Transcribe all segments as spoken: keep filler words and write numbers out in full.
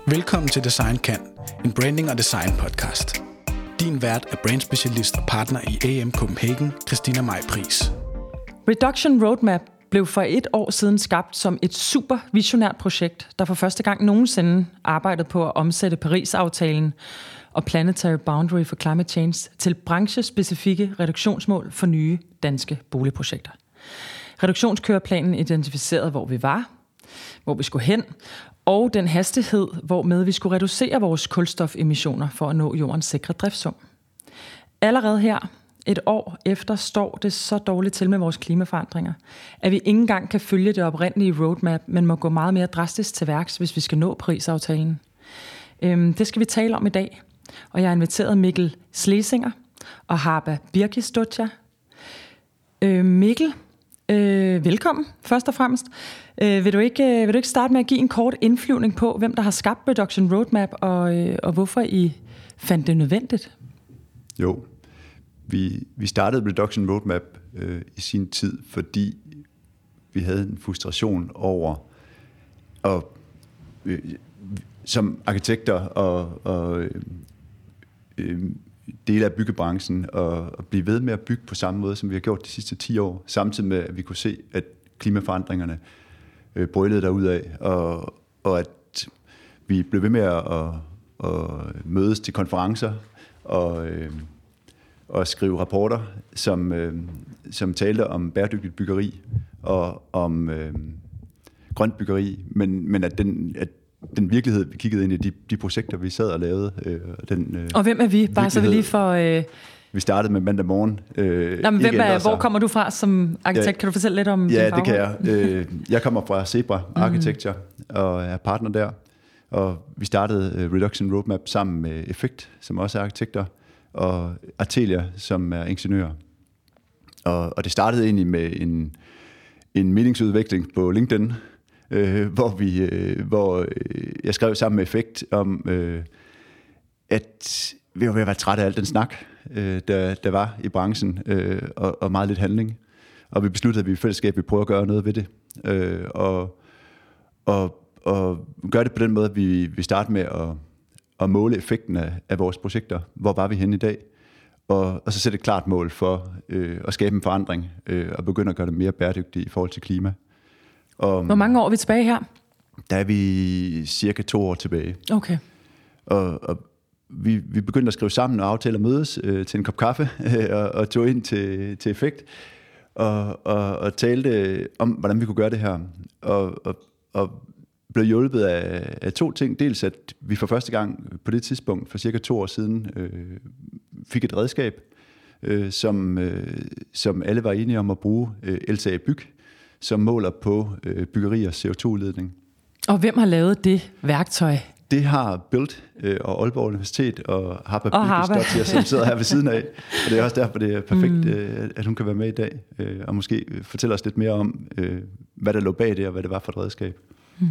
Velkommen til Design Kan, en branding og design podcast. Din vært er brandspecialist og partner i A M Copenhagen, Christina Maj Pris. Reduction Roadmap blev for et år siden skabt som et super visionært projekt, der for første gang nogensinde arbejdede på at omsætte Paris-aftalen og Planetary Boundary for Climate Change til branchespecifikke reduktionsmål for nye danske boligprojekter. Reduktionskøreplanen identificerede, hvor vi var, hvor vi skulle hen, og den hastighed, hvormed vi skulle reducere vores kulstofemissioner for at nå jordens sikre driftssum. Allerede her, et år efter, står det så dårligt til med vores klimaforandringer, at vi ikke engang kan følge det oprindelige roadmap, men må gå meget mere drastisk til værks, hvis vi skal nå Paris-aftalen. Øhm, det skal vi tale om i dag, og jeg har inviteret Mikkel Schlesinger og Harba Birkisdottir. Øh, Mikkel, øh, velkommen først og fremmest. Øh, vil, du ikke, øh, vil du ikke starte med at give en kort indflyvning på, hvem der har skabt Reduction Roadmap, og, øh, og hvorfor I fandt det nødvendigt? Jo, vi, vi startede Reduction Roadmap øh, i sin tid, fordi vi havde en frustration over, og, øh, som arkitekter og, og øh, øh, dele af byggebranchen, og, og blive ved med at bygge på samme måde, som vi har gjort de sidste ti år, samtidig med, at vi kunne se, at klimaforandringerne øh, brølede derudad, og, og at vi blev ved med at, at, at mødes til konferencer og, øh, og skrive rapporter, som, øh, som talte om bæredygtigt byggeri og om øh, grønt byggeri, men, men at den... At den virkelighed, vi kiggede ind i, de, de projekter, vi sad og lavede. Øh, den, øh, og hvem er vi? Bare så vi lige får... Øh... Vi startede med mandag morgen. Øh, Nå, men hvem er, hvor kommer du fra som arkitekt? Ja, kan du fortælle lidt om ja, din baggrund? Ja, det kan jeg. Øh, jeg kommer fra Zebra Architecture og er partner der. Og vi startede uh, Reduction Roadmap sammen med Effekt, som også er arkitekter, og Artelia, som er ingeniører. Og, og det startede egentlig med en, en meningsudveksling på LinkedIn, Øh, hvor vi, øh, hvor øh, jeg skrev sammen med Effekt om, øh, at vi var ved at være trætte af al den snak, øh, der, der var i branchen, øh, og, og meget lidt handling. Og vi besluttede, at vi i fællesskab ville prøve at gøre noget ved det. Øh, og, og, og gøre det på den måde, at vi, vi starter med at, at måle effekten af, af vores projekter. Hvor var vi henne i dag? Og, og så sætte et klart mål for øh, at skabe en forandring, øh, og begynde at gøre det mere bæredygtigt i forhold til klima. Og, hvor mange år er vi tilbage her? Der er vi cirka to år tilbage. Okay. Og, og vi, vi begyndte at skrive sammen og aftale at mødes øh, til en kop kaffe øh, og, og tog ind til, til Effekt og, og, og talte om, hvordan vi kunne gøre det her. Og, og, og blev hjulpet af, af to ting. Dels at vi for første gang på det tidspunkt, for cirka to år siden, øh, fik et redskab, øh, som, øh, som alle var enige om at bruge, øh, L T A Byg, som måler på øh, byggeri og C O to udledning. Og hvem har lavet det værktøj? Det har Built øh, og Aalborg Universitet og Harba Birkisdottir, som sidder her ved siden af. Og det er også derfor, det er perfekt, mm. øh, at hun kan være med i dag, øh, og måske fortælle os lidt mere om, øh, hvad der lå bag det, og hvad det var for et redskab. Mm.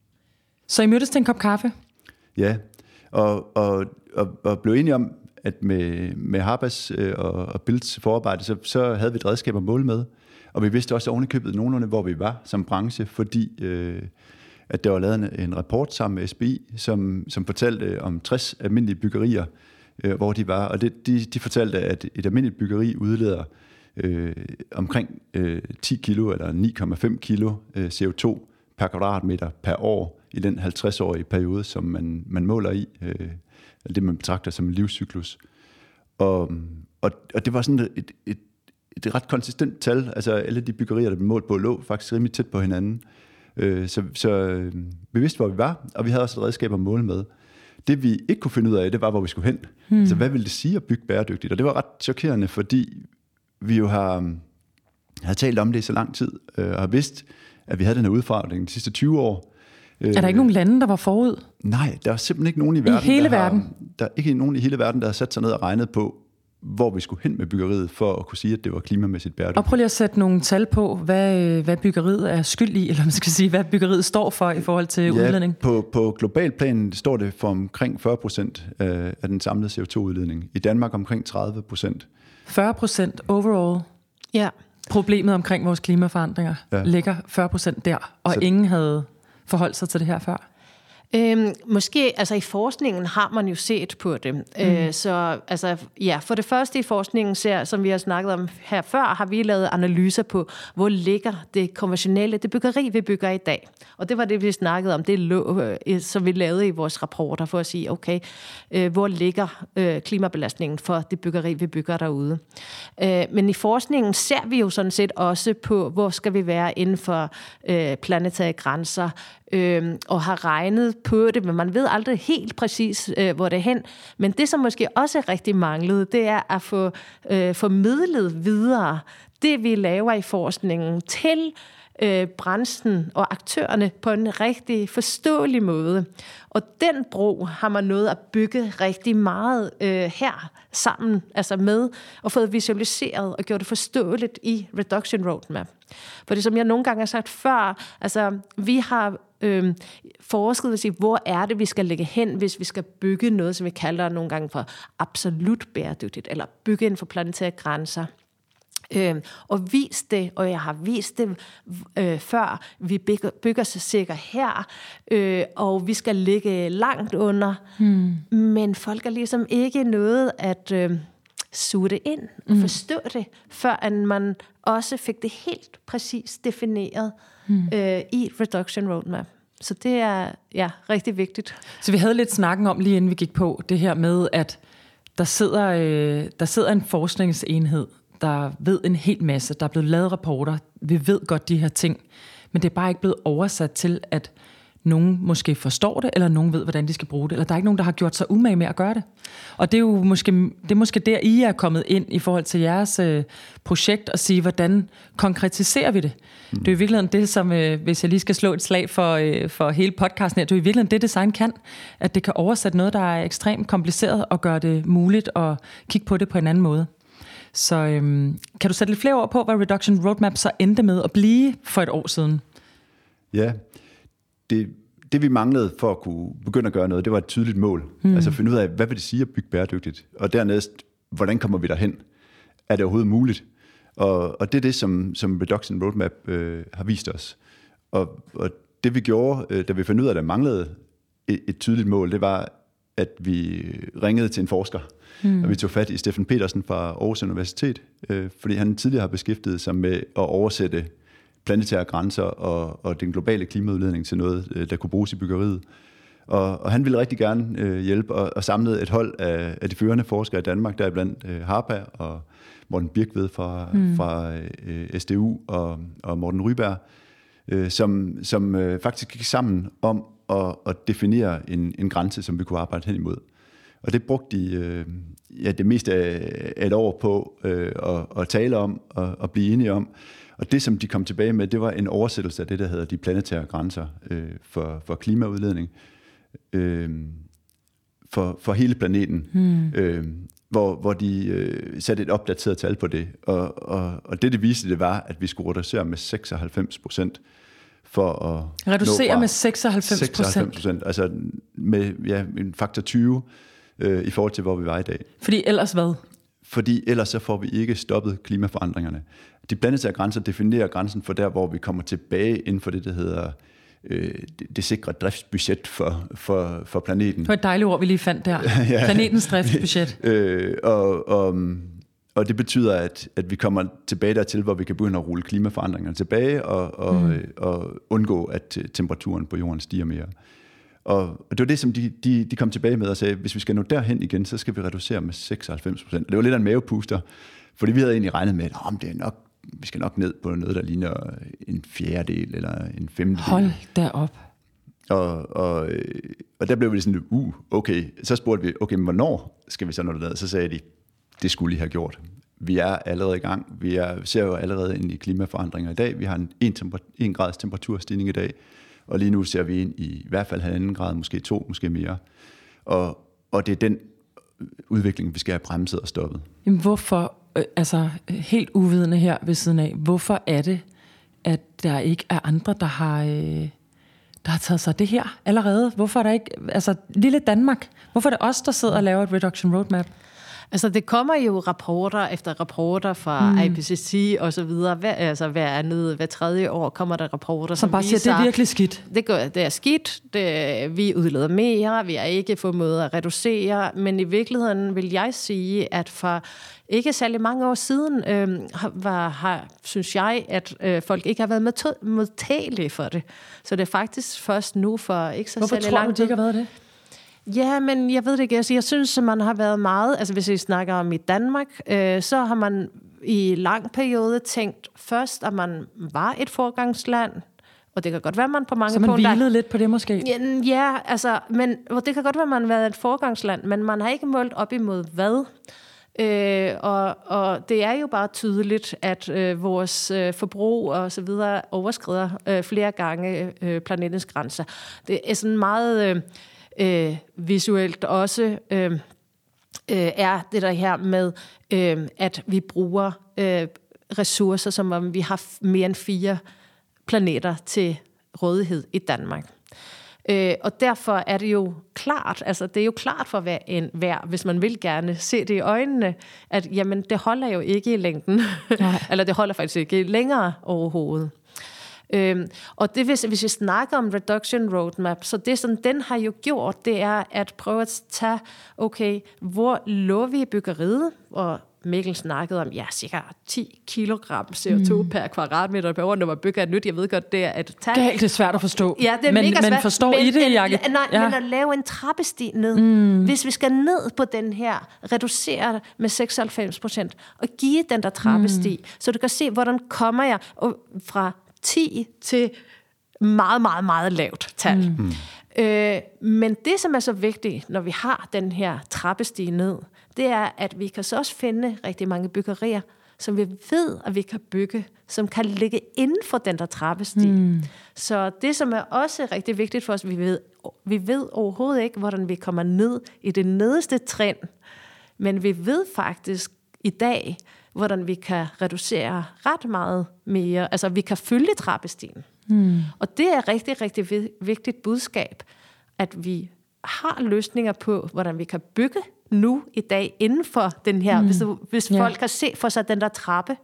Så I mødtes til en kop kaffe? Ja, og, og, og, og blev enige om, at med, med Harbas øh, og, og Builts forarbejde, så, så havde vi et redskab at måle med. Og vi vidste også ovenikøbet nogenlunde, hvor vi var som branche, fordi øh, at der var lavet en, en rapport sammen med S B I, som, som fortalte om tres almindelige byggerier, øh, hvor de var. Og det, de, de fortalte, at et almindeligt byggeri udleder øh, omkring øh, ti kilo eller ni komma fem kilo øh, C O to per kvadratmeter per år i den halvtreds-årige periode, som man, man måler i, øh, det man betragter som en livscyklus. Og, og, og det var sådan et, et Det er et ret konsistent tal. Altså alle de byggerier, der blev målt på, lå faktisk rimelig tæt på hinanden. Øh, så, så vi vidste, hvor vi var, og vi havde også et redskab at måle med. Det vi ikke kunne finde ud af, det var, hvor vi skulle hen. Hmm. Altså hvad ville det sige at bygge bæredygtigt? Og det var ret chokerende, fordi vi jo har, har talt om det i så lang tid, øh, og har vidst, at vi havde den her udfordring de sidste tyve år. Er der ikke nogen lande, der var forud? Nej, der er simpelthen ikke nogen i verden. I hele der verden? Har, der er ikke nogen i hele verden, der har sat sig ned og regnet på, hvor vi skulle hen med byggeriet, for at kunne sige, at det var klimamæssigt bæredygtigt. Og prøv lige at sætte nogle tal på, hvad, hvad byggeriet er skyld i, eller man skal sige, hvad byggeriet står for i forhold til ja, udledning. På, på global plan står det for omkring fyrre procent af den samlede C O to udledning. I Danmark omkring tredive procent. fyrre procent overall? Ja. Problemet omkring vores klimaforandringer ja. ligger fyrre procent der, og Så... ingen havde forholdt sig til det her før? Øhm, måske, altså i forskningen har man jo set på det. Mm. Øh, så altså, ja, for det første i forskningen, ser, som vi har snakket om her før, har vi lavet analyser på, hvor ligger det konventionelle, det byggeri, vi bygger i dag. Og det var det, vi snakkede om, det lå, øh, som vi lavede i vores rapporter, for at sige, okay, øh, hvor ligger øh, klimabelastningen for det byggeri, vi bygger derude. Øh, men i forskningen ser vi jo sådan set også på, hvor skal vi være inden for øh, planetære grænser, øh, og har regnet på det, men man ved aldrig helt præcis, øh, hvor det er hen. Men det, som måske også er rigtig manglet, det er at få øh, formidlet videre det, vi laver i forskningen til øh, branchen og aktørerne på en rigtig forståelig måde. Og den bro har man nået at bygge rigtig meget øh, her sammen, altså med, og fået visualiseret og gjort det forståeligt i Reduction Roadmap. For det, som jeg nogle gange har sagt før, altså vi har øh, forsket at sige, hvor er det, vi skal lægge hen, hvis vi skal bygge noget, som vi kalder nogle gange for absolut bæredygtigt, eller bygge inden for planetære grænser. Øh, og vis det, og jeg har vist det øh, før, vi bygger, bygger sig sikkert her, øh, og vi skal ligge langt under, hmm. men folk er ligesom ikke noget at øh, suge det ind og mm. forstå det, før man også fik det helt præcis defineret hmm. øh, i Reduction Roadmap. Så det er ja, rigtig vigtigt. Så vi havde lidt snakken om, lige inden vi gik på, det her med, at der sidder, øh, der sidder en forskningsenhed, der ved en hel masse, der er blevet lavet rapporter, vi ved godt de her ting, men det er bare ikke blevet oversat til, at nogen måske forstår det, eller nogen ved, hvordan de skal bruge det, eller der er ikke nogen, der har gjort sig umage med at gøre det. Og det er jo måske, det er måske der, I er kommet ind i forhold til jeres øh, projekt, og sige, hvordan konkretiserer vi det? Mm. Det er jo i virkeligheden det, som, øh, hvis jeg lige skal slå et slag for, øh, for hele podcasten her, det er jo i virkeligheden det, design kan, at det kan oversætte noget, der er ekstremt kompliceret, og gøre det muligt at kigge på det på en anden måde. Så øhm, kan du sætte lidt flere ord på, hvad Reduction Roadmap så endte med at blive for et år siden? Ja, det, det vi manglede for at kunne begynde at gøre noget, det var et tydeligt mål. Hmm. Altså finde ud af, hvad vil det sige at bygge bæredygtigt? Og dernæst, hvordan kommer vi derhen? Er det overhovedet muligt? Og, og det er det, som, som Reduction Roadmap øh, har vist os. Og, og det vi gjorde, øh, da vi fandt ud af, at der manglede et, et tydeligt mål, det var, at vi ringede til en forsker, mm. og vi tog fat i Steffen Petersen fra Aarhus Universitet, øh, fordi han tidligere har beskæftiget sig med at oversætte planetære grænser og, og den globale klimaudledning til noget, øh, der kunne bruges i byggeriet. Og, og han ville rigtig gerne øh, hjælpe og, og samle et hold af, af de førende forskere i Danmark, der er blandt øh, Harpa og Morten Birkved fra, mm. fra øh, S D U og, og Morten Ryberg, øh, som, som øh, faktisk gik sammen om at, at definere en, en grænse, som vi kunne arbejde hen imod. Og det brugte de øh, ja, det meste af et år på øh, at, at tale om og at blive enige om. Og det, som de kom tilbage med, det var en oversættelse af det, der hedder de planetære grænser øh, for, for klimaudledning øh, for, for hele planeten. Hmm. Øh, hvor, hvor de øh, satte et opdateret tal på det. Og, og, og det, det viste, det var, at vi skulle reducere med seksoghalvfems procent for at reducere med seksoghalvfems procent, altså med ja, en faktor tyve øh, i forhold til, hvor vi var i dag. Fordi ellers hvad? Fordi ellers så får vi ikke stoppet klimaforandringerne. De planetære grænser definerer grænsen for der, hvor vi kommer tilbage inden for det, der hedder øh, det, det sikre driftsbudget for, for, for planeten. Det var et dejligt ord, vi lige fandt der. Ja. Planetens driftsbudget. øh, og, og, og det betyder, at, at vi kommer tilbage dertil, hvor vi kan begynde at rulle klimaforandringerne tilbage og, og, mm. og undgå, at temperaturen på jorden stiger mere. Og, og det var det, som de, de, de kom tilbage med og sagde, hvis vi skal nå derhen igen, så skal vi reducere med seksoghalvfems procent. Det var lidt af en mavepuster, fordi vi havde egentlig regnet med, at oh, det er nok, vi skal nok ned på noget, der ligner en fjerdedel eller en femtedel. Hold da op. Og, og, og der blev vi sådan, uh, okay. Så spurgte vi, okay, men hvornår skal vi så nå derned? Så sagde de, det skulle I have gjort. Vi er allerede i gang. Vi er, ser jo allerede ind i klimaforandringer i dag. Vi har en en, temper- en grads temperaturstigning i dag. Og lige nu ser vi ind i i hvert fald halvanden grad, måske to, måske mere. Og, og det er den udvikling, vi skal have bremset og stoppet. Jamen hvorfor, øh, altså helt uvidende her ved siden af, hvorfor er det, at der ikke er andre, der har, øh, der har taget sig det her allerede? Hvorfor er der ikke, altså lille Danmark, hvorfor er det os, der sidder og laver et Reduction Roadmap? Altså, det kommer jo rapporter efter rapporter fra mm. I P C C og så videre. Hver, altså, hver andet, hver tredje år kommer der rapporter, som, som bare viser, siger, det er virkelig skidt. Det, gør, det er skidt. Det, vi udleder mere. Vi har ikke formået at reducere. Men i virkeligheden vil jeg sige, at for ikke særlig mange år siden, øh, var, har, synes jeg, at øh, folk ikke har været modtagelige for det. Så det er faktisk først nu for ikke så Hvorfor særlig tror lang du, de ikke har været det? Ja, men jeg ved det ikke. Altså, jeg synes, at man har været meget... Altså, hvis vi snakker om i Danmark, øh, så har man i lang periode tænkt først, at man var et forgangsland, og det kan godt være, man på mange punkter... Så man punkter, hvilede lidt på det måske? Ja, ja altså, men det kan godt være, at man har været et forgangsland, men man har ikke målt op imod hvad. Øh, og, og det er jo bare tydeligt, at øh, vores øh, forbrug og så videre overskrider øh, flere gange øh, planetens grænser. Det er sådan meget... Øh, Øh, visuelt også øh, øh, er det der her med, øh, at vi bruger øh, ressourcer, som om vi har mere end fire planeter til rådighed i Danmark. Øh, og derfor er det jo klart, altså det er jo klart for hver en hver, hvis man vil gerne se det i øjnene, at jamen, det holder jo ikke i længden. Eller det holder faktisk ikke længere overhovedet. Øhm, og det, hvis, hvis vi snakker om reduction roadmap, så det, som den har jo gjort, det er at prøve at tage, okay, hvor lå vi i byggeriet? Og Mikkel snakkede om, ja, cirka ti kilogram C O to mm. per kvadratmeter per år, når man bygger et nyt. Jeg ved godt, det er et tal. Det er svært at forstå. Ja, det er men, mega svært. Men forstår men, I det, Jakke? Nej, ja. men at lave en trappesti ned. Mm. Hvis vi skal ned på den her, reducere med seksoghalvfems procent, og give den der trappesti, mm. så du kan se, hvordan kommer jeg fra ti til meget, meget, meget lavt tal. Mm. Øh, men det, som er så vigtigt, når vi har den her trappestige ned, det er, at vi kan så også finde rigtig mange byggerier, som vi ved, at vi kan bygge, som kan ligge inden for den der trappestige. Mm. Så det, som er også rigtig vigtigt for os, vi ved, vi ved overhovedet ikke, hvordan vi kommer ned i det nederste trin, men vi ved faktisk i dag, hvordan vi kan reducere ret meget mere. Altså, vi kan følge trappestigen. Mm. Og det er rigtig, rigtig vigtigt budskab, at vi har løsninger på, hvordan vi kan bygge nu i dag inden for den her, mm. hvis, hvis yeah. folk kan se for sig den der trappe.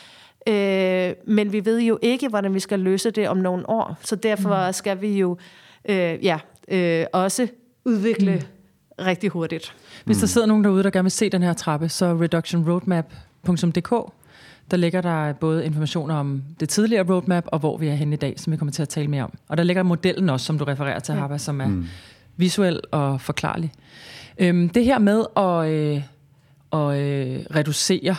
Øh, men vi ved jo ikke, hvordan vi skal løse det om nogle år. Så derfor mm. skal vi jo øh, ja, øh, også udvikle mm. rigtig hurtigt. Hvis der sidder nogen derude, der gerne vil se den her trappe, så reduction roadmap punktum d k. Der ligger der både informationer om det tidligere roadmap, og hvor vi er henne i dag, som vi kommer til at tale mere om. Og der ligger modellen også, som du refererer til, Haba, som er mm. visuel og forklarlig. Øhm, det her med at, øh, at øh, reducere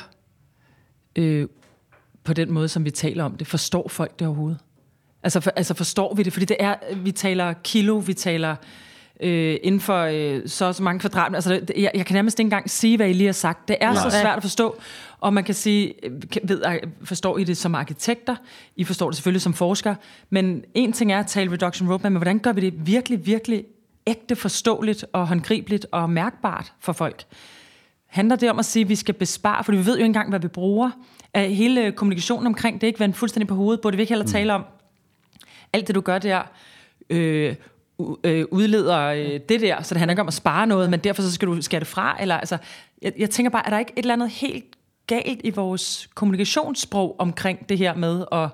øh, på den måde, som vi taler om det, forstår folk det overhovedet? Altså, for, altså forstår vi det? Fordi det er, vi taler kilo, vi taler øh, inden for øh, så så mange kvadratmeter. Altså, det, jeg, jeg kan nærmest ikke engang sige, hvad I lige har sagt. Det er Nej. så svært at forstå. Og man kan sige, ved, forstår I det som arkitekter? I forstår det selvfølgelig som forskere. Men en ting er at tale reduction roadmap, men hvordan gør vi det virkelig, virkelig ægte forståeligt og håndgribeligt og mærkbart for folk? Handler det om at sige, at vi skal bespare? For vi ved jo ikke engang, hvad vi bruger. Hele kommunikationen omkring det ikke vendt fuldstændig på hovedet. Burde vi ikke heller tale om, alt det du gør der, øh, øh, udleder øh, det der, så det handler ikke om at spare noget, men derfor så skal du skære det fra? Eller, altså, jeg, jeg tænker bare, er der ikke et eller andet helt galt i vores kommunikationssprog omkring det her med at,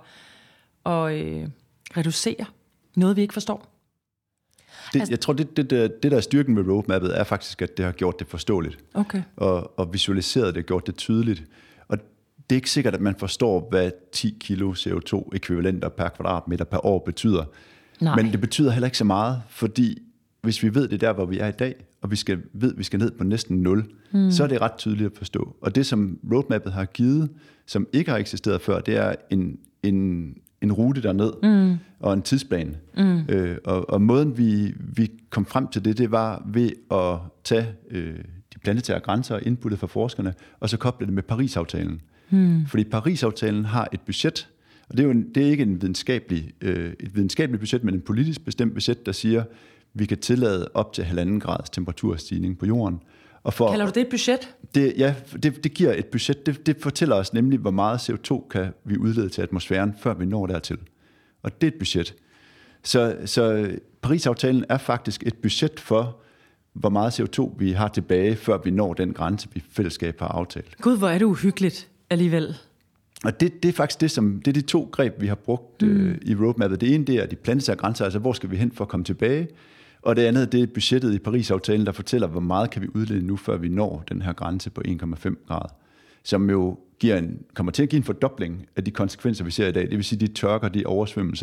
at øh, reducere noget, vi ikke forstår? Det, jeg tror, det, det, der, det der er styrken ved roadmappet, er faktisk, at det har gjort det forståeligt. Okay. Og, og visualiseret det, gjort det tydeligt. Og det er ikke sikkert, at man forstår, hvad ti kilo C O to ekvivalenter per kvadratmeter per år betyder. Nej. Men det betyder heller ikke så meget, fordi hvis vi ved det der, hvor vi er i dag, og vi skal, ved, at vi skal ned på næsten nul, mm. så er det ret tydeligt at forstå. Og det, som roadmappet har givet, som ikke har eksisteret før, det er en, en, en rute derned, mm. og en tidsplan. Mm. Øh, og, og måden, vi, vi kom frem til det, det var ved at tage øh, de planetære grænser og inputtet fra forskerne, og så koble det med Paris-aftalen. Mm. Fordi Paris-aftalen har et budget, og det er jo en, det er ikke en videnskabelig, øh, et videnskabeligt budget, men en politisk bestemt budget, der siger, vi kan tillade op til halvanden grads temperaturstigning på jorden. Og for, Kalder du det et budget? Det, ja, det, det giver et budget. Det, det fortæller os nemlig, hvor meget C O to kan vi udlede til atmosfæren, før vi når dertil. Og det er et budget. Så, så Paris-aftalen er faktisk et budget for, hvor meget C O to vi har tilbage, før vi når den grænse, vi i fællesskab har aftalt. Gud, hvor er det uhyggeligt alligevel. Og det, det er faktisk det, som, det er de to greb, vi har brugt mm. øh, i roadmappet. Det ene, det er de planetære grænser, altså hvor skal vi hen for at komme tilbage? Og det andet, det er budgettet i Paris-aftalen, der fortæller, hvor meget kan vi udlede nu, før vi når den her grænse på en komma fem grader. Som jo giver en, kommer til at give en fordobling af de konsekvenser, vi ser i dag. Det vil sige, de tørker, de oversvømmelser,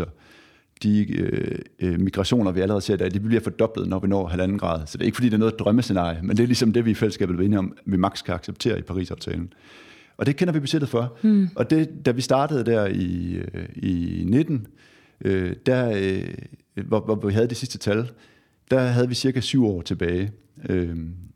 de øh, øh, migrationer, vi allerede ser i dag, de bliver fordoblet, når vi når halvanden grad. Så det er ikke, fordi det er noget drømmescenarie, men det er ligesom det, vi i fællesskabet er enige om, vi maks kan acceptere i Paris-aftalen. Og det kender vi budgettet for. Hmm. Og det, da vi startede der i, øh, i nitten, øh, der, øh, hvor, hvor vi havde det sidste tal, der havde vi cirka syv år tilbage, øh,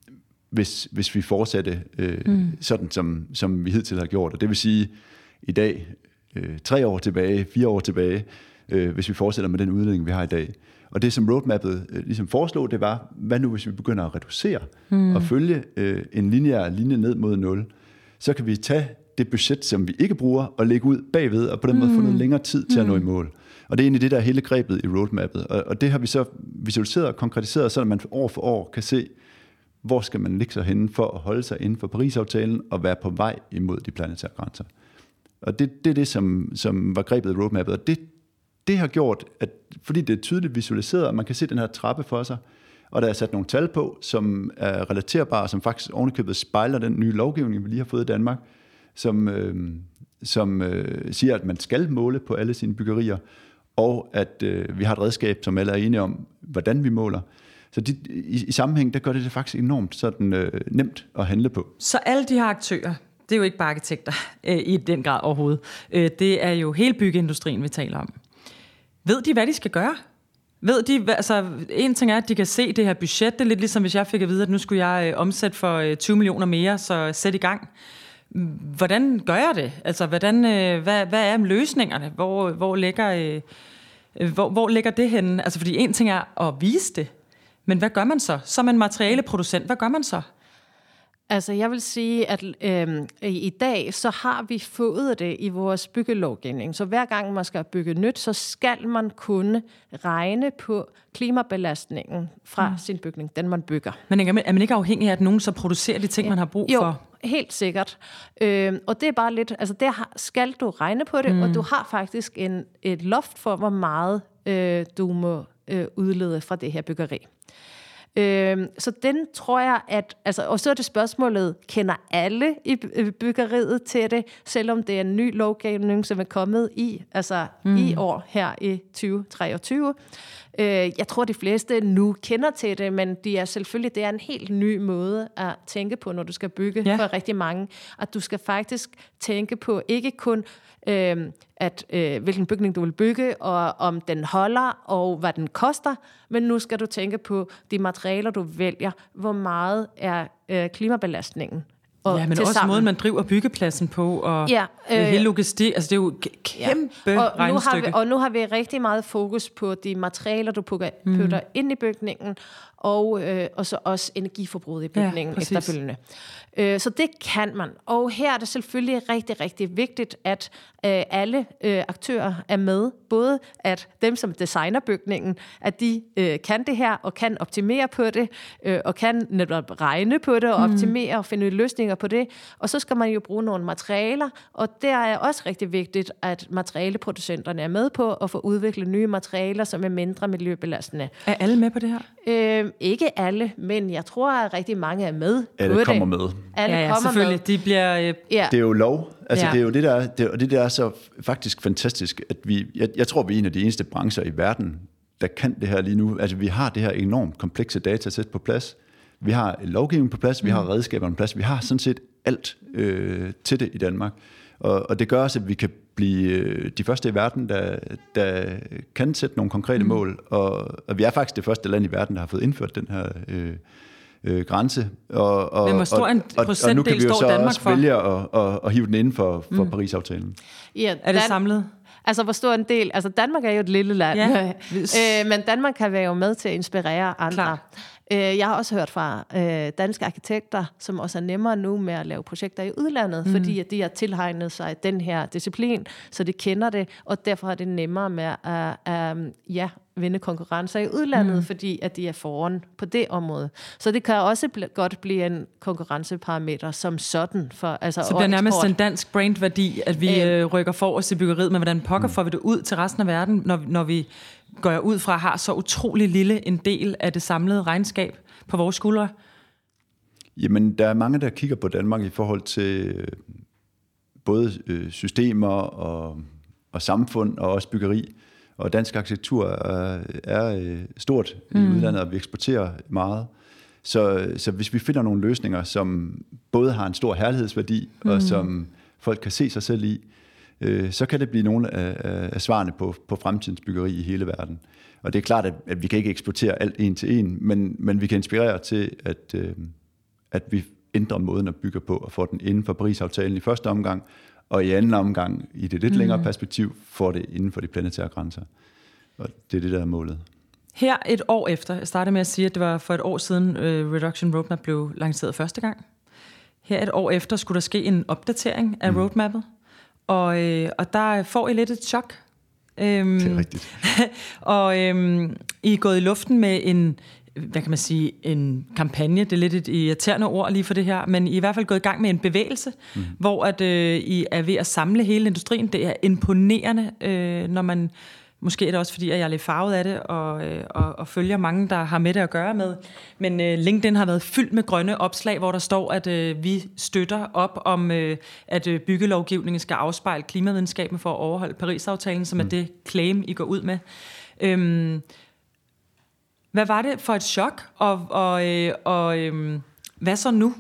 hvis, hvis vi fortsatte øh, mm. sådan, som, som vi hidtil har gjort. Og det vil sige, i dag, øh, tre år tilbage, fire år tilbage, øh, hvis vi fortsætter med den udledning, vi har i dag. Og det, som roadmappet øh, ligesom foreslog, det var, hvad nu, hvis vi begynder at reducere mm. og følge øh, en lineær linje ned mod nul, så kan vi tage det budget, som vi ikke bruger, og lægge ud bagved, og på den mm. måde få noget længere tid til mm. at nå i mål. Og det er egentlig det, der er hele grebet i roadmappet. Og, og det har vi så visualiseret og konkretiseret, så man år for år kan se, hvor skal man ligge sig henne for at holde sig inden for Paris-aftalen og være på vej imod de planetære grænser. Og det, det er det, som, som var grebet i roadmappet. Og det, det har gjort, at fordi det er tydeligt visualiseret, og man kan se den her trappe for sig, og der er sat nogle tal på, som er relaterbare, som faktisk ovenikøbet spejler den nye lovgivning, vi lige har fået i Danmark, som, øh, som øh, siger, at man skal måle på alle sine byggerier, og at øh, vi har et redskab, som alle er enige om, hvordan vi måler. Så de, i, i sammenhæng, der gør det det faktisk enormt sådan, øh, nemt at handle på. Så alle de her aktører, det er jo ikke bare arkitekter øh, i den grad overhovedet. Øh, det er jo hele byggeindustrien, vi taler om. Ved de, hvad de skal gøre? Ved de, altså en ting er, at de kan se det her budget. Det er lidt ligesom, hvis jeg fik at vide, at nu skulle jeg øh, omsætte for øh, tyve millioner mere, så sæt i gang. Hvordan gør jeg det? Altså, hvordan, øh, hvad, hvad er løsningerne? Hvor, hvor, ligger, øh, hvor, hvor ligger det henne? Altså, fordi en ting er at vise det, men hvad gør man så? Som en materialeproducent, hvad gør man så? Altså, jeg vil sige, at øh, i dag, så har vi fået det i vores byggelovgivning. Så hver gang man skal bygge nyt, så skal man kunne regne på klimabelastningen fra mm. sin bygning, den man bygger. Men er man ikke afhængig af, at nogen så producerer de ting, ja. man har brug jo. for? Helt sikkert. Øh, og det er bare lidt, altså der skal du regne på det, mm. og du har faktisk en, et loft for, hvor meget øh, du må øh, udlede fra det her byggeri. Øh, så den tror jeg, at, altså, og så er det spørgsmålet, kender alle i byggeriet til det, selvom det er en ny lovgivning, som er kommet i, altså mm. i år her i tyve treogtyve. Øh, jeg tror, de fleste nu kender til det, men det er selvfølgelig det er en helt ny måde at tænke på, når du skal bygge ja. for rigtig mange. At du skal faktisk tænke på ikke kun, øh, at, øh, hvilken bygning du vil bygge, og om den holder, og hvad den koster, men nu skal du tænke på de materialer, du vælger, hvor meget er øh, klimabelastningen. Og ja, men også sammen. Måden, man driver byggepladsen på, og ja, øh, hele logistik, altså det er jo kæmpe ja. og regnestykke. Nu har vi, og nu har vi rigtig meget fokus på de materialer, du putter mm. ind i bygningen, og, øh, og så også energiforbruget i bygningen ja, efterfølgende. Øh, så det kan man. Og her er det selvfølgelig rigtig, rigtig vigtigt, at øh, alle øh, aktører er med. Både at dem, som designer bygningen, at de øh, kan det her, og kan optimere på det, øh, og kan netop regne på det, og mm. optimere og finde løsninger på det. Og så skal man jo bruge nogle materialer, og der er også rigtig vigtigt, at materialeproducenterne er med på at få udviklet nye materialer, som er mindre miljøbelastende. Er alle med på det her? Øh, ikke alle, men jeg tror, at rigtig mange er med alle på det. Alle kommer med. Alle ja, ja, kommer selvfølgelig. med. De bliver, øh... ja. Det er jo lov. Altså, ja. det er jo det, der, det, og det der er så faktisk fantastisk, at vi, jeg, jeg tror, vi er en af de eneste brancher i verden, der kan det her lige nu. Altså, vi har det her enormt komplekse datasæt på plads. Vi har lovgivning på plads, vi har redskaberne på plads, vi har sådan set alt øh, til det i Danmark. Og, og det gør også, at vi kan blive øh, de første i verden, der, der kan sætte nogle konkrete mm. mål. Og, og vi er faktisk det første land i verden, der har fået indført den her øh, øh, grænse. Og, og, Men hvor stor en og, procentdel og nu kan vi jo så Danmark også for? vælge at, at, at hive den inden for, for mm. Paris-aftalen. Ja, er det Dan- samlet? Altså, hvor stor en del? Altså, Danmark er jo et lille land, ja. øh, men Danmark kan være jo med til at inspirere andre. Jeg har også hørt fra øh, danske arkitekter, som også er nemmere nu med at lave projekter i udlandet, mm. fordi at de har tilhegnet sig den her disciplin, så de kender det, og derfor er det nemmere med at uh, uh, ja, vinde konkurrencer i udlandet, mm. fordi at de er foran på det område. Så det kan også bl- godt blive en konkurrenceparameter som sådan. For, altså, så det bliver nærmest en dansk brandværdi, at vi øh, rykker forrest i byggeriet, men hvordan pokker mm. får vi det ud til resten af verden, når, når vi går ud fra har så utrolig lille en del af det samlede regnskab på vores skuldre? Jamen, der er mange, der kigger på Danmark i forhold til øh, både øh, systemer og, og samfund og også byggeri. Og dansk arkitektur er, er øh, stort mm. i udlandet, og vi eksporterer meget. Så, så hvis vi finder nogle løsninger, som både har en stor herlighedsværdi, mm. og som folk kan se sig selv i, øh, så kan det blive nogle af, af svarene på, på fremtidens byggeri i hele verden. Og det er klart, at, at vi kan ikke eksportere alt en til en, men, men vi kan inspirere til, at, øh, at vi ændrer måden at bygge på, og får den inden for Paris-aftalen i første omgang, og i anden omgang, i det lidt mm. længere perspektiv, får det inden for de planetære grænser. Og det er det, der er målet. Her et år efter, jeg startede med at sige, at det var for et år siden, uh, Reduction Roadmap blev lanceret første gang. Her et år efter skulle der ske en opdatering af mm. roadmappet, og, øh, og der får I lidt et chok. Øhm, det er rigtigt. og øhm, I er gået i luften med en, hvad kan man sige, en kampagne, det er lidt et irriterende ord lige for det her, men I er i hvert fald gået i gang med en bevægelse, mm. hvor at, øh, I er ved at samle hele industrien. Det er imponerende, øh, når man, måske er det også fordi, at jeg er lidt farvet af det, og, øh, og, og følger mange, der har med det at gøre med, men øh, LinkedIn har været fyldt med grønne opslag, hvor der står, at øh, vi støtter op om, øh, at øh, byggelovgivningen skal afspejle klimavidenskaben for at overholde Paris-aftalen, som mm. er det claim, I går ud med. Øhm, Hvad var det for et chok, og, og, øh, og øh, hvad så nu?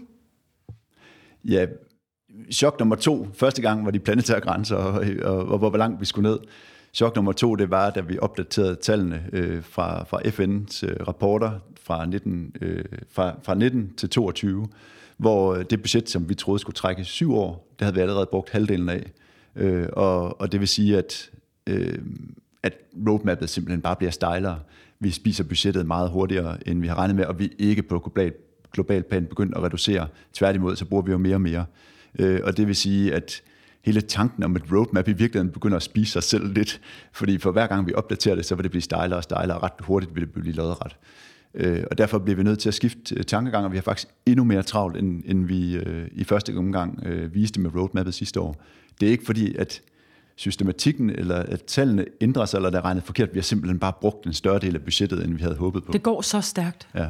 Ja, chok nummer to. Første gang var de planetære grænser, og, og, og hvor langt vi skulle ned. Chok nummer to, det var, da vi opdaterede tallene øh, fra, fra F N's øh, rapporter fra nitten, øh, fra, fra nitten til toogtyve, hvor det budget, som vi troede skulle trække syv år, det havde vi allerede brugt halvdelen af. Øh, og, og det vil sige, at, øh, at roadmappet simpelthen bare bliver stejlere. Vi spiser budgettet meget hurtigere, end vi har regnet med, og vi er ikke på global, global plan begyndt at reducere. Tværtimod, så bruger vi jo mere og mere. Øh, og det vil sige, at hele tanken om et roadmap i virkeligheden begynder at spise sig selv lidt, fordi for hver gang vi opdaterer det, så vil det blive stejlere og stejlere, og ret hurtigt vil det blive lodret. Øh, og derfor bliver vi nødt til at skifte tankegang, og vi har faktisk endnu mere travlt, end, end vi øh, i første omgang øh, viste med roadmappet sidste år. Det er ikke fordi, at systematikken eller at tallene ændrer sig, eller der er regnet forkert. Vi har simpelthen bare brugt en større del af budgettet, end vi havde håbet på. Det går så stærkt. Ja.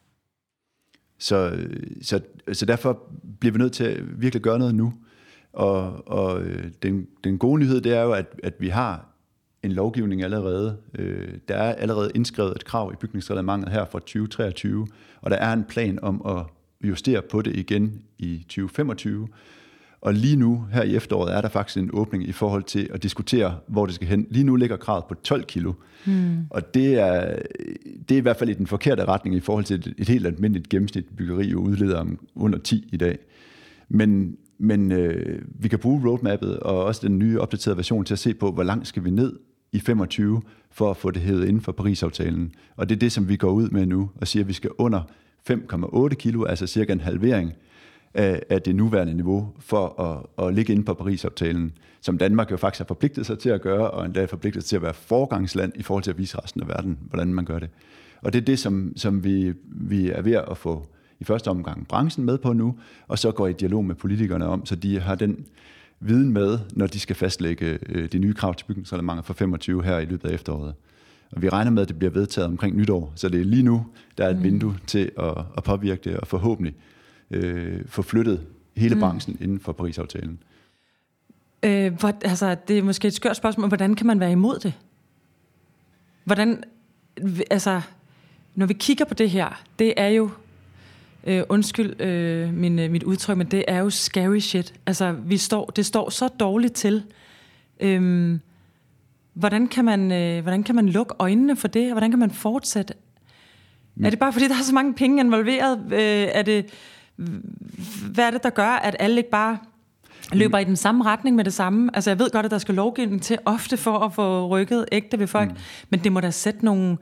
Så, så, så derfor bliver vi nødt til at virkelig gøre noget nu. Og, og den, den gode nyhed, det er jo, at, at vi har en lovgivning allerede. Der er allerede indskrevet et krav i bygningsreglementet her fra tyve treogtyve, og der er en plan om at justere på det igen i tyve femogtyve. Og lige nu, her i efteråret, er der faktisk en åbning i forhold til at diskutere, hvor det skal hen. Lige nu ligger kravet på tolv kilo. Hmm. Og det er, det er i hvert fald i den forkerte retning i forhold til et, et helt almindeligt gennemsnitligt byggeri, og udleder om under ti i dag. Men, men øh, vi kan bruge roadmappet og også den nye opdaterede version til at se på, hvor langt skal vi ned i femogtyve for at få det hævet inden for Paris-aftalen. Og det er det, som vi går ud med nu og siger, at vi skal under fem komma otte kilo, altså cirka en halvering af det nuværende niveau for at, at ligge inde på Paris-aftalen, som Danmark jo faktisk har forpligtet sig til at gøre, og endda er forpligtet sig til at være foregangsland i forhold til at vise resten af verden, hvordan man gør det. Og det er det, som, som vi, vi er ved at få i første omgang branchen med på nu, og så går i dialog med politikerne om, så de har den viden med, når de skal fastlægge de nye krav til bygningsreglementet for femogtyve her i løbet af efteråret. Og vi regner med, at det bliver vedtaget omkring nytår, så det er lige nu, der er et vindue til at, at påvirke det, og forhåbentlig Øh, få flyttet hele branchen mm. inden for Paris-aftalen. Øh, hvor, altså, det er måske et skørt spørgsmål, hvordan kan man være imod det? Hvordan, altså, når vi kigger på det her, det er jo, øh, undskyld øh, min, mit udtryk, men det er jo scary shit. Altså, vi står, det står så dårligt til. Øh, hvordan, kan man, øh, hvordan kan man lukke øjnene for det? Hvordan kan man fortsætte? Mm. Er det bare fordi, der er så mange penge involveret? Øh, er det... Hvad er det, der gør, at alle ikke bare løber i den samme retning med det samme? Altså, jeg ved godt, at der skal lovgivning til ofte for at få rykket ægte ved folk, mm. men det må da sætte nogle,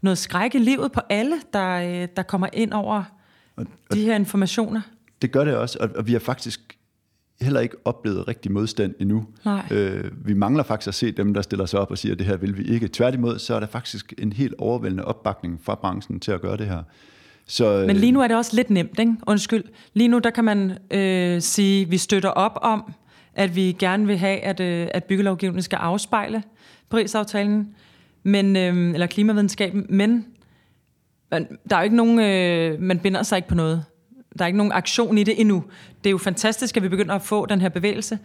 noget skræk i livet på alle, der, der kommer ind over og, og de her informationer. Det gør det også, og, og vi har faktisk heller ikke oplevet rigtig modstand endnu. Øh, vi mangler faktisk at se dem, der stiller sig op og siger, at det her vil vi ikke. Tværtimod, så er der faktisk en helt overvældende opbakning fra branchen til at gøre det her. Så, Men lige nu er det også lidt nemt, ikke? Undskyld. Lige nu der kan man øh, sige, at vi støtter op om, at vi gerne vil have, at, øh, at byggelovgivningen skal afspejle Parisaftalen, men, øh, eller klimavidenskaben, men man, der er jo ikke nogen, øh, man binder sig ikke på noget. Der er ikke nogen aktion i det endnu. Det er jo fantastisk, at vi begynder at få den her bevægelse,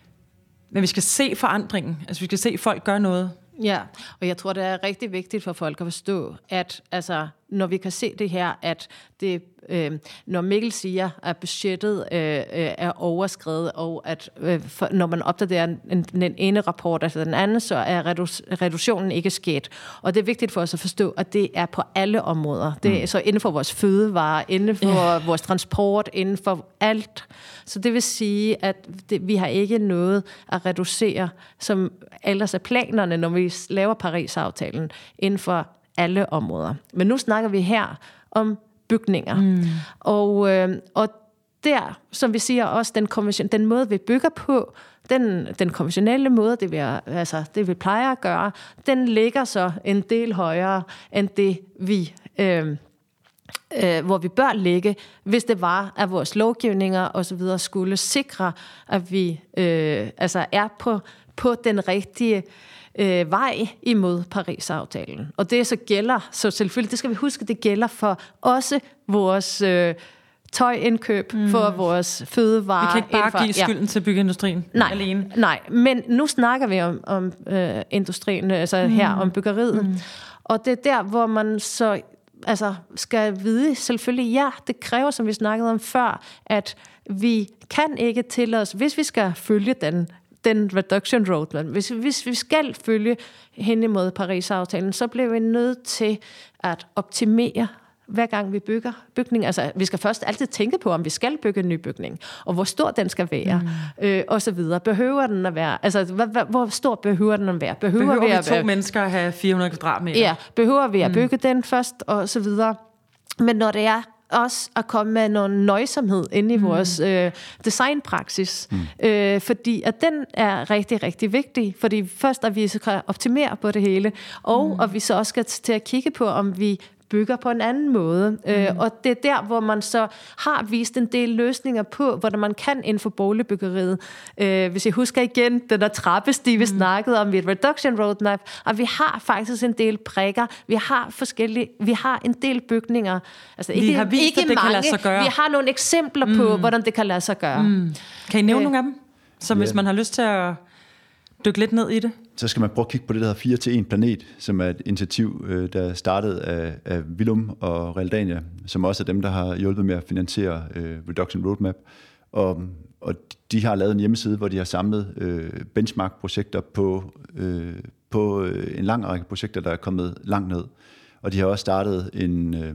men vi skal se forandringen. Altså vi skal se folk gøre noget. Ja, og jeg tror, det er rigtig vigtigt for folk at forstå, at altså, når vi kan se det her, at det, øh, når Mikkel siger, at budgettet øh, er overskredet, og at øh, for, når man opdaterer en, den ene rapport efter den anden, så er redu- reduktionen ikke sket. Og det er vigtigt for os at forstå, at det er på alle områder. Det er mm. så inden for vores fødevarer, inden for ja. vores transport, inden for alt. Så det vil sige, at det, vi har ikke noget at reducere, som ellers er planerne, når vi laver Paris-aftalen, inden for alle områder. Men nu snakker vi her om bygninger. Mm. Og, øh, og der, som vi siger også, den, konvention, den måde, vi bygger på, den, den konventionelle måde, det vi, altså, det vi plejer at gøre, den ligger så en del højere end det, vi... Øh, Øh, hvor vi bør ligge, hvis det var, at vores lovgivninger og så videre skulle sikre, at vi øh, altså er på, på den rigtige øh, vej imod Paris-aftalen. Og det så gælder, så selvfølgelig, det skal vi huske, det gælder for også vores øh, tøjindkøb, mm. for vores fødevarer. Vi kan ikke bare for, give skylden ja. til byggeindustrien nej, alene. Nej, men nu snakker vi om, om øh, industrien, altså mm. her om byggeriet. Mm. Og det er der, hvor man så altså skal vide selvfølgelig, ja, det kræver, som vi snakkede om før, at vi kan ikke tillade os, hvis vi skal følge den, den reduction roadmap, hvis, hvis vi skal følge hen imod Paris-aftalen, så bliver vi nødt til at optimere hver gang vi bygger bygning. Altså, vi skal først altid tænke på, om vi skal bygge en ny bygning, og hvor stor den skal være, mm. øh, og så videre. Behøver den at være, altså, h- hvor stor behøver den at være? Behøver, behøver vi, vi at to være, mennesker at have fire hundrede kvadratmeter? Ja, behøver vi at bygge mm. den først, og så videre. Men når det er også at komme med noget nøjsomhed ind i mm. vores øh, designpraksis, mm. øh, fordi at den er rigtig, rigtig vigtig, fordi først at vi skal optimere på det hele, og mm. at vi så også skal til at kigge på, om vi bygger på en anden måde. Mm. Øh, og det er der, hvor man så har vist en del løsninger på, hvordan man kan inden for boligbyggeriet. Øh, hvis jeg husker igen, den der trappestige, vi mm. snakkede om i et reduction roadmap, og vi har faktisk en del prikker, vi har forskellige, vi har en del bygninger. Altså vi ikke, har vist, ikke at det mange, kan lade sig gøre. Vi har nogle eksempler mm. på, hvordan det kan lade sig gøre. Mm. Kan I nævne øh, nogle af dem? Så yeah. hvis man har lyst til at dykke lidt ned i det? Så skal man prøve at kigge på det, der hedder fire til en planet, som er et initiativ, der startede af, af Willum og Realdania, som også er dem, der har hjulpet med at finansiere uh, Reduction Roadmap. Og, og de har lavet en hjemmeside, hvor de har samlet uh, benchmark-projekter på, uh, på uh, en lang række projekter, der er kommet langt ned. Og de har også startet en... Uh,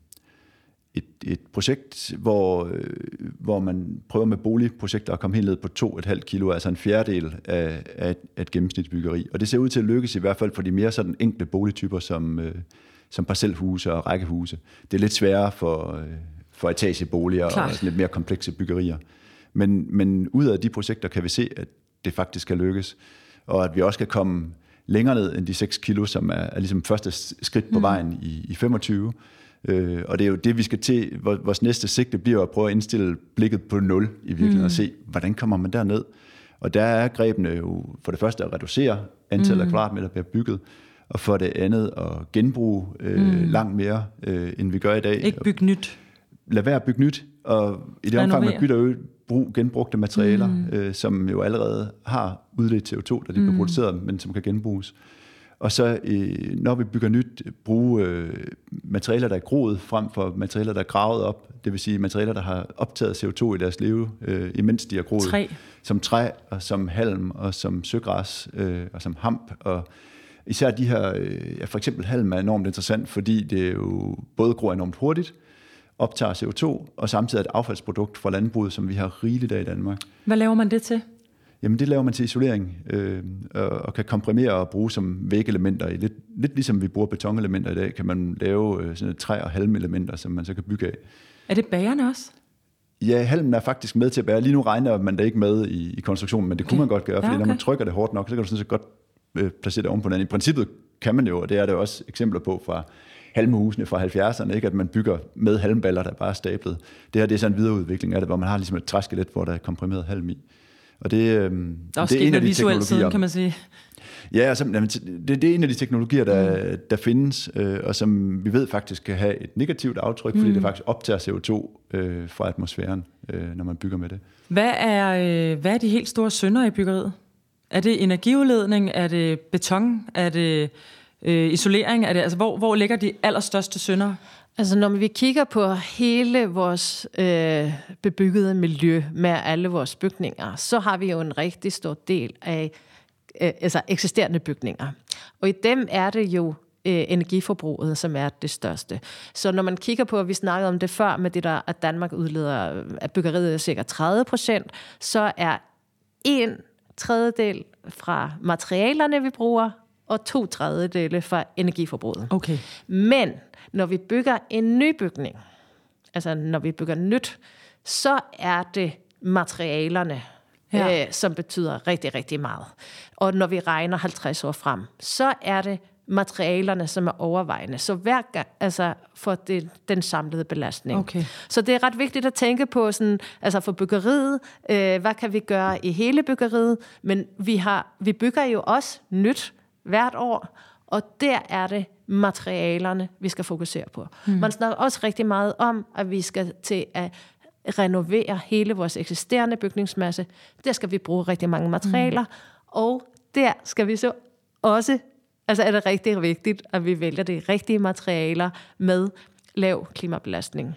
Et, et projekt, hvor, øh, hvor man prøver med boligprojekter at komme helt ned på to komma fem kilo, altså en fjerdedel af, af, et, af et gennemsnitsbyggeri. Og det ser ud til at lykkes i hvert fald for de mere sådan enkle boligtyper, som, øh, som parcelhuse og rækkehuse. Det er lidt sværere for, øh, for etageboliger Klar. og sådan lidt mere komplekse byggerier. Men, men ud af de projekter kan vi se, at det faktisk kan lykkes, og at vi også kan komme længere ned end de seks kilo, som er, er ligesom første skridt på mm. vejen i, i femogtyve. Øh, og det er jo det, vi skal til. Vores næste sigte bliver at prøve at indstille blikket på nul i virkeligheden, mm. og se, hvordan kommer man derned. Og der er grebene jo for det første at reducere antallet mm. af kvadratmeter, der bliver bygget, og for det andet at genbruge øh, mm. langt mere, øh, end vi gør i dag. Ikke bygge nyt. Lad være at bygge nyt, og i det omfang, man bytter ud, brug genbrugte materialer, mm. øh, som jo allerede har udledt C O to, da de mm. bliver produceret, men som kan genbruges. Og så, øh, når vi bygger nyt, bruge øh, materialer, der er groet, frem for materialer, der er gravet op. Det vil sige materialer, der har optaget C O to i deres leve, øh, imens de er groet. Træ. Som træ, og som halm, og som søgræs, øh, og som hamp. Og især de her, øh, ja, for eksempel halm er enormt interessant, fordi det jo både gror enormt hurtigt, optager C O to, og samtidig er et affaldsprodukt fra landbruget, som vi har rigeligt af i Danmark. Hvad laver man det til? Jamen det laver man til isolering, øh, og, og kan komprimere og bruge som vægelementer. Lidt, lidt ligesom vi bruger betonelementer i dag, kan man lave øh, sådan et træ- og halmelementer, som man så kan bygge af. Er det bagerne også? Ja, halmen er faktisk med til at bære. Lige nu regner man da ikke med i, i konstruktionen, men det okay. kunne man godt gøre, fordi ja, okay. når man trykker det hårdt nok, så kan du sådan set godt øh, placere det oven på hinanden. I princippet kan man jo, og det er der også eksempler på fra halmehusene fra halvfjerdserne, ikke? At man bygger med halmballer, der bare er stablet. Det her det er sådan en videreudvikling af det, hvor man har ligesom et træskelet, hvor der er komprimeret halm i. Og det, øh, det er en af de teknologier, siden, kan man sige. Ja, altså, det, det er en af de teknologier, der, mm. der findes, øh, og som vi ved faktisk kan have et negativt aftryk, fordi mm. det faktisk optager C O to øh, fra atmosfæren, øh, når man bygger med det. Hvad er, øh, hvad er de helt store synder i byggeriet? Er det energiudledning? Er det beton? Er det øh, isolering? Er det, altså, hvor, hvor ligger de allerstørste synder? Altså når vi kigger på hele vores øh, bebyggede miljø med alle vores bygninger, så har vi jo en rigtig stor del af øh, altså eksisterende bygninger. Og i dem er det jo øh, energiforbruget, som er det største. Så når man kigger på, at vi snakkede om det før, med det der, at Danmark udleder af byggeriet cirka tredive procent, så er en tredjedel fra materialerne, vi bruger, og to tredjedele fra energiforbruget. Okay. Men når vi bygger en ny bygning, altså når vi bygger nyt, så er det materialerne, ja. øh, som betyder rigtig, rigtig meget. Og når vi regner halvtreds år frem, så er det materialerne, som er overvejende. Så hver gang, altså for det, den samlede belastning. Okay. Så det er ret vigtigt at tænke på, sådan, altså for byggeriet, øh, hvad kan vi gøre i hele byggeriet, men vi, har, vi bygger jo også nyt hvert år, og der er det materialerne, vi skal fokusere på. Mm. Man snakker også rigtig meget om, at vi skal til at renovere hele vores eksisterende bygningsmasse. Der skal vi bruge rigtig mange materialer, mm. og der skal vi så også, altså er det rigtig vigtigt, at vi vælger de rigtige materialer med lav klimabelastning.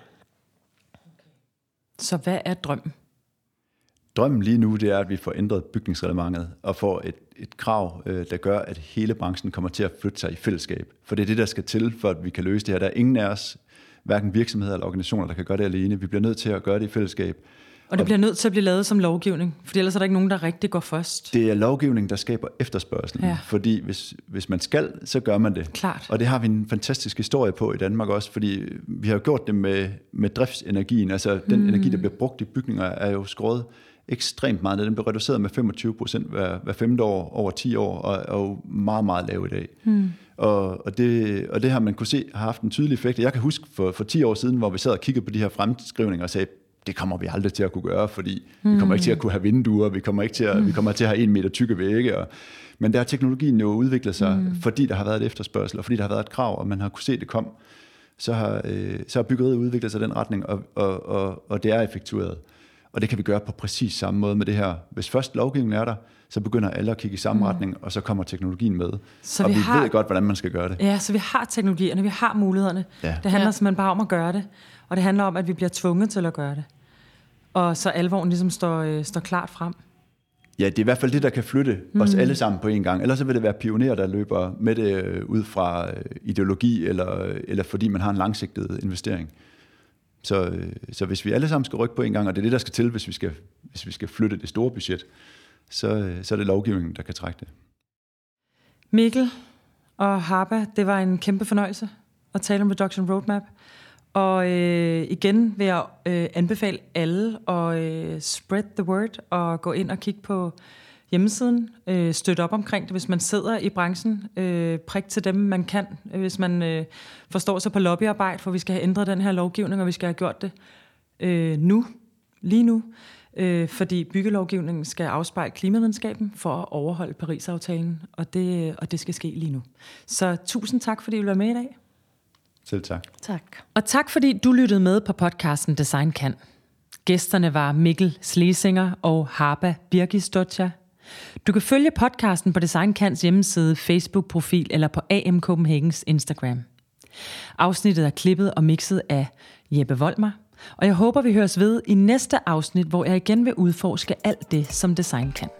Så hvad er drømmen? Drømmen lige nu, det er, at vi får ændret bygningsreglementet og får et, et krav, øh, der gør, at hele branchen kommer til at flytte sig i fællesskab. For det er det, der skal til, for at vi kan løse det her. Der er ingen af os, hverken virksomheder eller organisationer, der kan gøre det alene. Vi bliver nødt til at gøre det i fællesskab. Og det bliver nødt til at blive lavet som lovgivning, for ellers er der ikke nogen, der rigtig går først. Det er lovgivning, der skaber efterspørgselen. Ja. Fordi hvis, hvis man skal, så gør man det. Klart. Og det har vi en fantastisk historie på i Danmark også, fordi vi har gjort det med, med driftsenergien. Altså den mm. energi, der bliver brugt i bygninger, er jo skåret ekstremt meget. Den bliver reduceret med femogtyve procent hver, hver femte år, over ti år, og er meget, meget lav i dag. Mm. Og, og, det, og det har man kunne se har haft en tydelig effekt. Jeg kan huske for, for ti år siden, hvor vi sad og kiggede på de her fremskrivninger og sagde, det kommer vi aldrig til at kunne gøre, fordi mm. vi kommer ikke til at kunne have vinduer, vi kommer ikke til at, mm. vi kommer til at have en meter tykke vægge. Og, men der har teknologien jo udviklet sig, mm. fordi der har været et efterspørgsel, og fordi der har været et krav, og man har kunne se, det kom. Så har, øh, så har byggeriet udviklet sig i den retning, og, og, og, og det er effektueret. Og det kan vi gøre på præcis samme måde med det her. Hvis først lovgivningen er der, så begynder alle at kigge i samme mm. retning, og så kommer teknologien med. Så og vi, vi har, ved godt, hvordan man skal gøre det. Ja, så vi har teknologierne, vi har mulighederne. Ja. Det handler ja. simpelthen bare om at gøre det. Og det handler om, at vi bliver tvunget til at gøre det. Og så alvoren ligesom står, øh, står klart frem. Ja, det er i hvert fald det, der kan flytte mm. os alle sammen på en gang. Ellers så vil det være pionerer, der løber med det øh, ud fra øh, ideologi, eller, eller fordi man har en langsigtet investering. Så, så hvis vi alle sammen skal rykke på en gang, og det er det, der skal til, hvis vi skal, hvis vi skal flytte det store budget, så, så er det lovgivningen, der kan trække det. Mikkel og Harpa, det var en kæmpe fornøjelse at tale om Reduction Roadmap. Og øh, igen vil jeg øh, anbefale alle at øh, spread the word og gå ind og kigge på hjemmesiden, øh, støtte op omkring det, hvis man sidder i branchen, øh, prik til dem, man kan, hvis man øh, forstår sig på lobbyarbejde, for vi skal have ændret den her lovgivning, og vi skal have gjort det øh, nu, lige nu, øh, fordi byggelovgivningen skal afspejle klimavidenskaben for at overholde Paris-aftalen, og det, og det skal ske lige nu. Så tusind tak, fordi I vil være med i dag. Selv tak. Tak. Og tak, fordi du lyttede med på podcasten Design Kan. Gæsterne var Mikkel Slesinger og Harpa Birgisdottir. Du kan følge podcasten på Design Kans hjemmeside, Facebook-profil eller på A M Copenhagens Instagram. Afsnittet er klippet og mixet af Jeppe Volmer, og jeg håber, vi høres ved i næste afsnit, hvor jeg igen vil udforske alt det, som design kan.